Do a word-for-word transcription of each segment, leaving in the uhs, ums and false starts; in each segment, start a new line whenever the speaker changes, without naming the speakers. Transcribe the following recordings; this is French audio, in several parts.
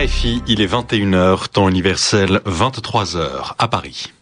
R F I, il est vingt et une heures, temps universel, vingt-trois heures à Paris.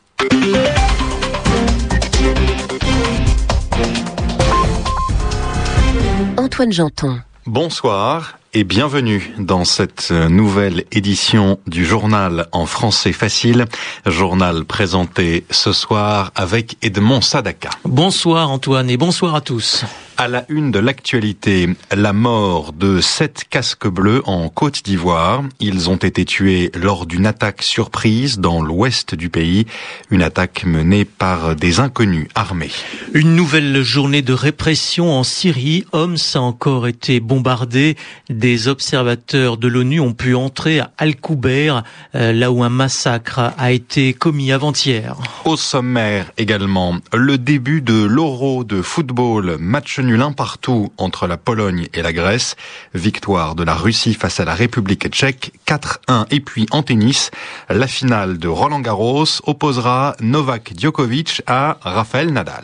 Antoine Janton.
Bonsoir et bienvenue dans cette nouvelle édition du journal en français facile. Journal présenté ce soir avec Edmond Sadaka.
Bonsoir Antoine et bonsoir à tous.
À la une de l'actualité, la mort de sept casques bleus en Côte d'Ivoire. Ils ont été tués lors d'une attaque surprise dans l'ouest du pays. Une attaque menée par des inconnus armés.
Une nouvelle journée de répression en Syrie. Homs a encore été bombardé. Des observateurs de l'ONU ont pu entrer à Al-Koubair, là où un massacre a été commis avant-hier.
Au sommaire également, le début de l'Euro de football, match nul un partout entre la Pologne et la Grèce, victoire de la Russie face à la République tchèque, quatre un. Et puis en tennis, la finale de Roland-Garros opposera Novak Djokovic à Rafael Nadal.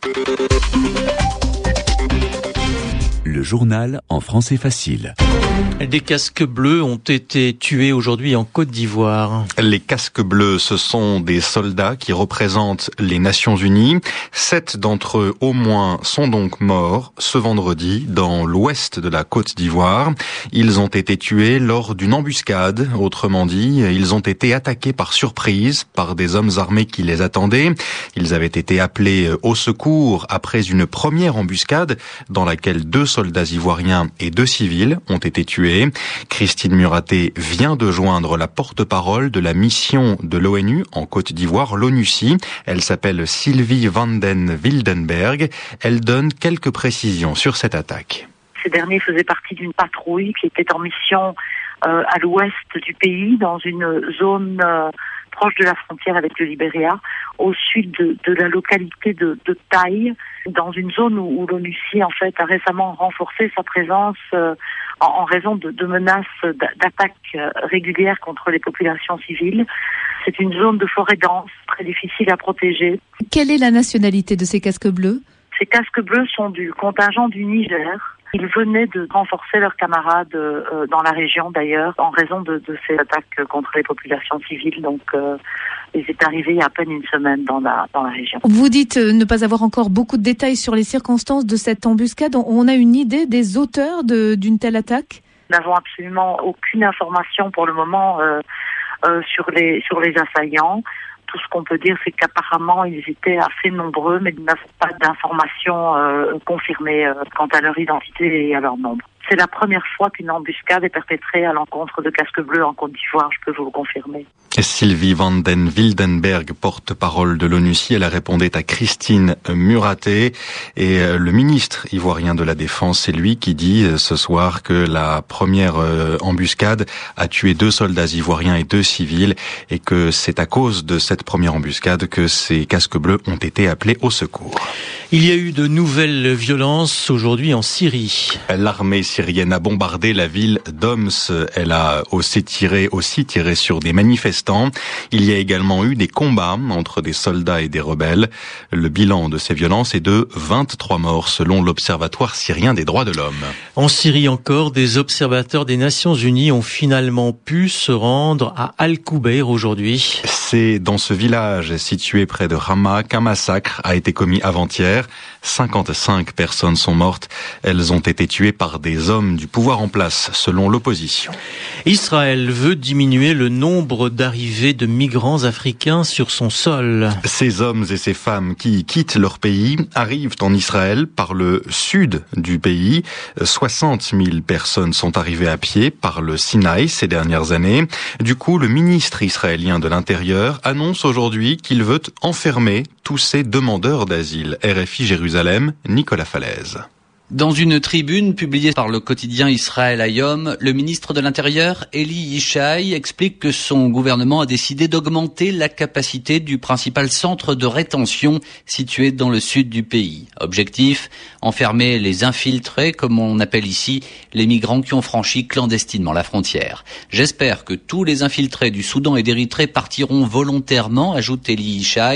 Le journal en français facile.
Des casques bleus ont été tués aujourd'hui en Côte d'Ivoire.
Les casques bleus, ce sont des soldats qui représentent les Nations Unies. Sept d'entre eux, au moins, sont donc morts ce vendredi dans l'ouest de la Côte d'Ivoire. Ils ont été tués lors d'une embuscade. Autrement dit, ils ont été attaqués par surprise par des hommes armés qui les attendaient. Ils avaient été appelés au secours après une première embuscade dans laquelle deux soldats ivoiriens et deux civils ont été tués. Christine Muraté vient de joindre la porte-parole de la mission de l'ONU en Côte d'Ivoire, l'ONUCI. Elle s'appelle Sylvie van den Wildenberg. Elle donne quelques précisions sur cette attaque.
Ces derniers faisaient partie d'une patrouille qui était en mission euh, à l'ouest du pays, dans une zone euh, proche de la frontière avec le Libéria, au sud de, de la localité de, de Taï, dans une zone où, où l'ONUCI en fait a récemment renforcé sa présence euh, en, en raison de, de menaces d'attaques euh, régulières contre les populations civiles. C'est une zone de forêt dense, très difficile à protéger.
Quelle est la nationalité de ces casques bleus ?
Ces casques bleus sont du contingent du Niger. Ils venaient de renforcer leurs camarades euh, dans la région d'ailleurs, en raison de, de ces attaques contre les populations civiles. Donc, euh, ils étaient arrivés il y a à peine une semaine dans la, dans la région.
Vous dites euh, ne pas avoir encore beaucoup de détails sur les circonstances de cette embuscade. On a une idée des auteurs de, d'une telle attaque ?
Nous n'avons absolument aucune information pour le moment euh, euh, sur les, sur les assaillants. Tout ce qu'on peut dire, c'est qu'apparemment, ils étaient assez nombreux, mais nous n'avons pas d'informations euh, confirmées euh, quant à leur identité et à leur nombre. C'est la première fois qu'une embuscade est perpétrée à l'encontre de casques bleus en Côte d'Ivoire, je peux vous le confirmer.
Sylvie van den Wildenberg, porte-parole de l'ONUCI, elle répondait à Christine Muraté. Et le ministre ivoirien de la Défense, c'est lui qui dit ce soir que la première embuscade a tué deux soldats ivoiriens et deux civils, et que c'est à cause de cette première embuscade que ces casques bleus ont été appelés au secours.
Il y a eu de nouvelles violences aujourd'hui en Syrie.
L'armée syrienne a bombardé la ville d'Homs. Elle a aussi tiré, aussi tiré sur des manifestants. Il y a également eu des combats entre des soldats et des rebelles. Le bilan de ces violences est de vingt-trois morts selon l'Observatoire syrien des droits de l'homme.
En Syrie encore, des observateurs des Nations Unies ont finalement pu se rendre à Al-Koubair aujourd'hui.
C'est dans ce village situé près de Hama qu'un massacre a été commis avant-hier. cinquante-cinq personnes sont mortes. Elles ont été tuées par des hommes du pouvoir en place, selon l'opposition.
Israël veut diminuer le nombre d'arrivées de migrants africains sur son sol.
Ces hommes et ces femmes qui quittent leur pays arrivent en Israël par le sud du pays. soixante mille personnes sont arrivées à pied par le Sinaï ces dernières années. Du coup, le ministre israélien de l'Intérieur annonce aujourd'hui qu'il veut enfermer tous ces demandeurs d'asile. R F I Jérusalem, Nicolas Falaise.
Dans une tribune publiée par le quotidien Israël Hayom, le ministre de l'Intérieur, Eli Yishai, explique que son gouvernement a décidé d'augmenter la capacité du principal centre de rétention situé dans le sud du pays. Objectif, enfermer les infiltrés, comme on appelle ici, les migrants qui ont franchi clandestinement la frontière. J'espère que tous les infiltrés du Soudan et d'Érythrée partiront volontairement, ajoute Eli Yishai.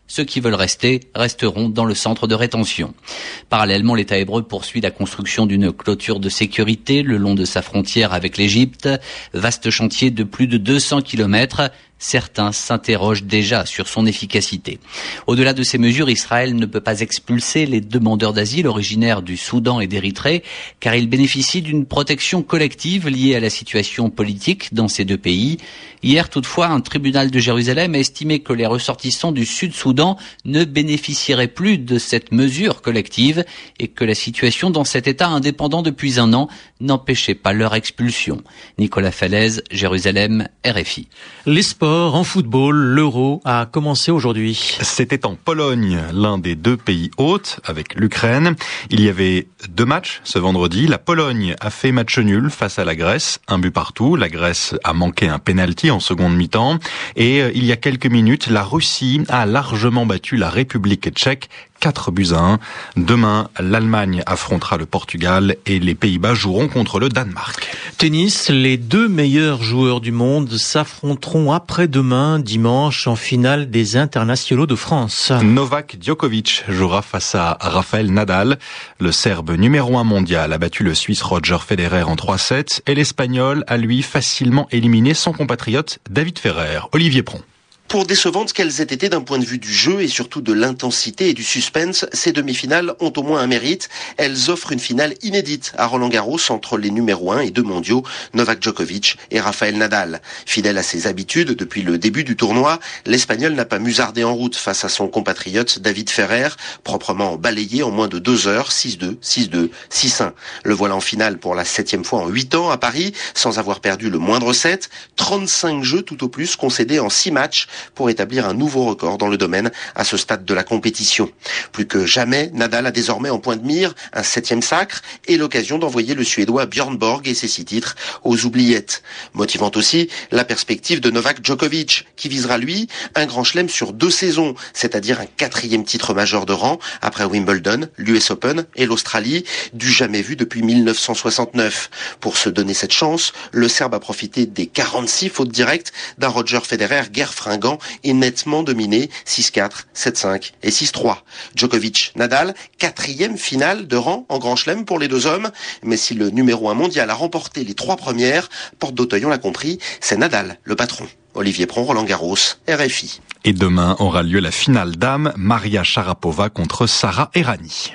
Ceux qui veulent rester resteront dans le centre de rétention. Parallèlement, l'État hébreu poursuit la construction d'une clôture de sécurité le long de sa frontière avec l'Égypte. Vaste chantier de plus de deux cents kilomètres. Certains s'interrogent déjà sur son efficacité. Au-delà de ces mesures, Israël ne peut pas expulser les demandeurs d'asile originaires du Soudan et d'Érythrée, car ils bénéficient d'une protection collective liée à la situation politique dans ces deux pays. Hier, toutefois, un tribunal de Jérusalem a estimé que les ressortissants du Sud-Soudan ne bénéficieraient plus de cette mesure collective et que la situation dans cet État indépendant depuis un an n'empêchait pas leur expulsion. Nicolas Falaise, Jérusalem, R F I.
Les sports en football, l'Euro a commencé aujourd'hui.
C'était en Pologne, l'un des deux pays hôtes avec l'Ukraine. Il y avait deux matchs ce vendredi. La Pologne a fait match nul face à la Grèce, un but partout. La Grèce a manqué un penalty en seconde mi-temps. Et il y a quelques minutes, la Russie a largement battu la République tchèque, quatre buts à un. Demain, l'Allemagne affrontera le Portugal et les Pays-Bas joueront contre le Danemark.
Tennis, les deux meilleurs joueurs du monde s'affronteront après-demain, dimanche, en finale des internationaux de France.
Novak Djokovic jouera face à Rafael Nadal. Le Serbe numéro un mondial a battu le Suisse Roger Federer en trois sept et l'Espagnol a lui facilement éliminé son compatriote David Ferrer. Olivier Pron.
Pour décevantes qu'elles aient été d'un point de vue du jeu et surtout de l'intensité et du suspense, ces demi-finales ont au moins un mérite. Elles offrent une finale inédite à Roland-Garros entre les numéros un et deux mondiaux, Novak Djokovic et Rafael Nadal. Fidèle à ses habitudes depuis le début du tournoi, l'Espagnol n'a pas musardé en route face à son compatriote David Ferrer, proprement balayé en moins de deux heures, six deux, six deux, six un. Le voilà en finale pour la septième fois en huit ans à Paris, sans avoir perdu le moindre set. trente-cinq jeux tout au plus concédés en six matchs, pour établir un nouveau record dans le domaine à ce stade de la compétition. Plus que jamais, Nadal a désormais en point de mire un septième sacre et l'occasion d'envoyer le Suédois Björn Borg et ses six titres aux oubliettes. Motivant aussi la perspective de Novak Djokovic, qui visera lui un grand chelem sur deux saisons, c'est-à-dire un quatrième titre majeur de rang après Wimbledon, l'U S Open et l'Australie, du jamais vu depuis mille neuf cent soixante-neuf. Pour se donner cette chance, le Serbe a profité des quarante-six fautes directes d'un Roger Federer guère fringant et nettement dominé six quatre, sept cinq et six trois. Djokovic-Nadal, quatrième finale de rang en Grand Chelem pour les deux hommes. Mais si le numéro un mondial a remporté les trois premières, Porte d'Auteuil, on l'a compris, c'est Nadal le patron. Olivier Pron, Roland-Garros, R F I.
Et demain aura lieu la finale dames, Maria Sharapova contre Sara Errani.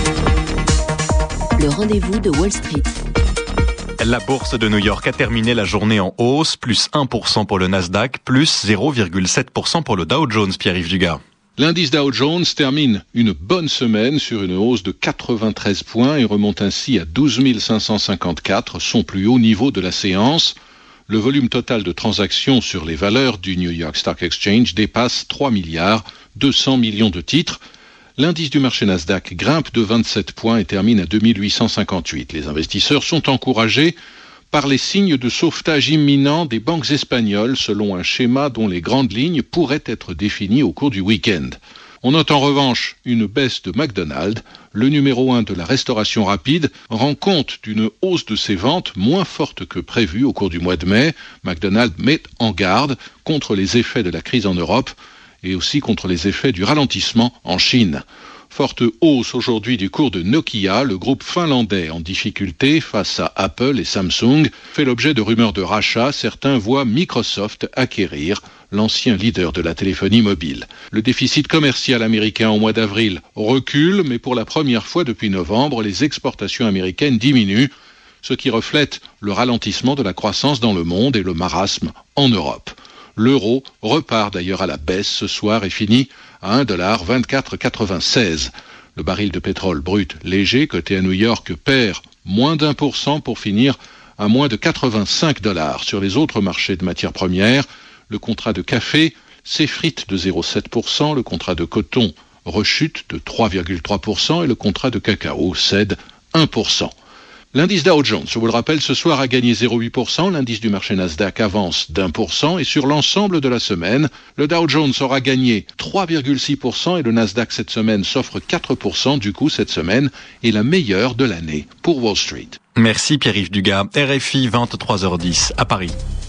Le rendez-vous de Wall Street.
La bourse de New York a terminé la journée en hausse, plus un pour cent pour le Nasdaq, plus zéro virgule sept pour cent pour le Dow Jones, Pierre-Yves Dugas.
L'indice Dow Jones termine une bonne semaine sur une hausse de quatre-vingt-treize points et remonte ainsi à douze mille cinq cent cinquante-quatre, son plus haut niveau de la séance. Le volume total de transactions sur les valeurs du New York Stock Exchange dépasse trois milliards deux cents millions de titres. L'indice du marché Nasdaq grimpe de vingt-sept points et termine à deux mille huit cent cinquante-huit. Les investisseurs sont encouragés par les signes de sauvetage imminent des banques espagnoles selon un schéma dont les grandes lignes pourraient être définies au cours du week-end. On note en revanche une baisse de McDonald's. Le numéro un de la restauration rapide rend compte d'une hausse de ses ventes moins forte que prévu au cours du mois de mai. McDonald's met en garde contre les effets de la crise en Europe et aussi contre les effets du ralentissement en Chine. Forte hausse aujourd'hui du cours de Nokia, le groupe finlandais en difficulté face à Apple et Samsung fait l'objet de rumeurs de rachat. Certains voient Microsoft acquérir l'ancien leader de la téléphonie mobile. Le déficit commercial américain au mois d'avril recule, mais pour la première fois depuis novembre, les exportations américaines diminuent, ce qui reflète le ralentissement de la croissance dans le monde et le marasme en Europe. L'euro repart d'ailleurs à la baisse ce soir et finit à un dollar vingt-quatre quatre-vingt-seize. Le baril de pétrole brut léger coté à New York perd moins d'un pour cent pour finir à moins de quatre-vingt-cinq dollars. Sur les autres marchés de matières premières, le contrat de café s'effrite de zéro virgule sept pour cent, le contrat de coton rechute de trois virgule trois pour cent et le contrat de cacao cède un pour cent. L'indice Dow Jones, je vous le rappelle, ce soir a gagné zéro virgule huit pour cent, l'indice du marché Nasdaq avance d'un pour cent et sur l'ensemble de la semaine, le Dow Jones aura gagné trois virgule six pour cent et le Nasdaq cette semaine s'offre quatre pour cent. Du coup, cette semaine est la meilleure de l'année pour Wall Street.
Merci Pierre-Yves Dugas. R F I, vingt-trois heures dix à Paris.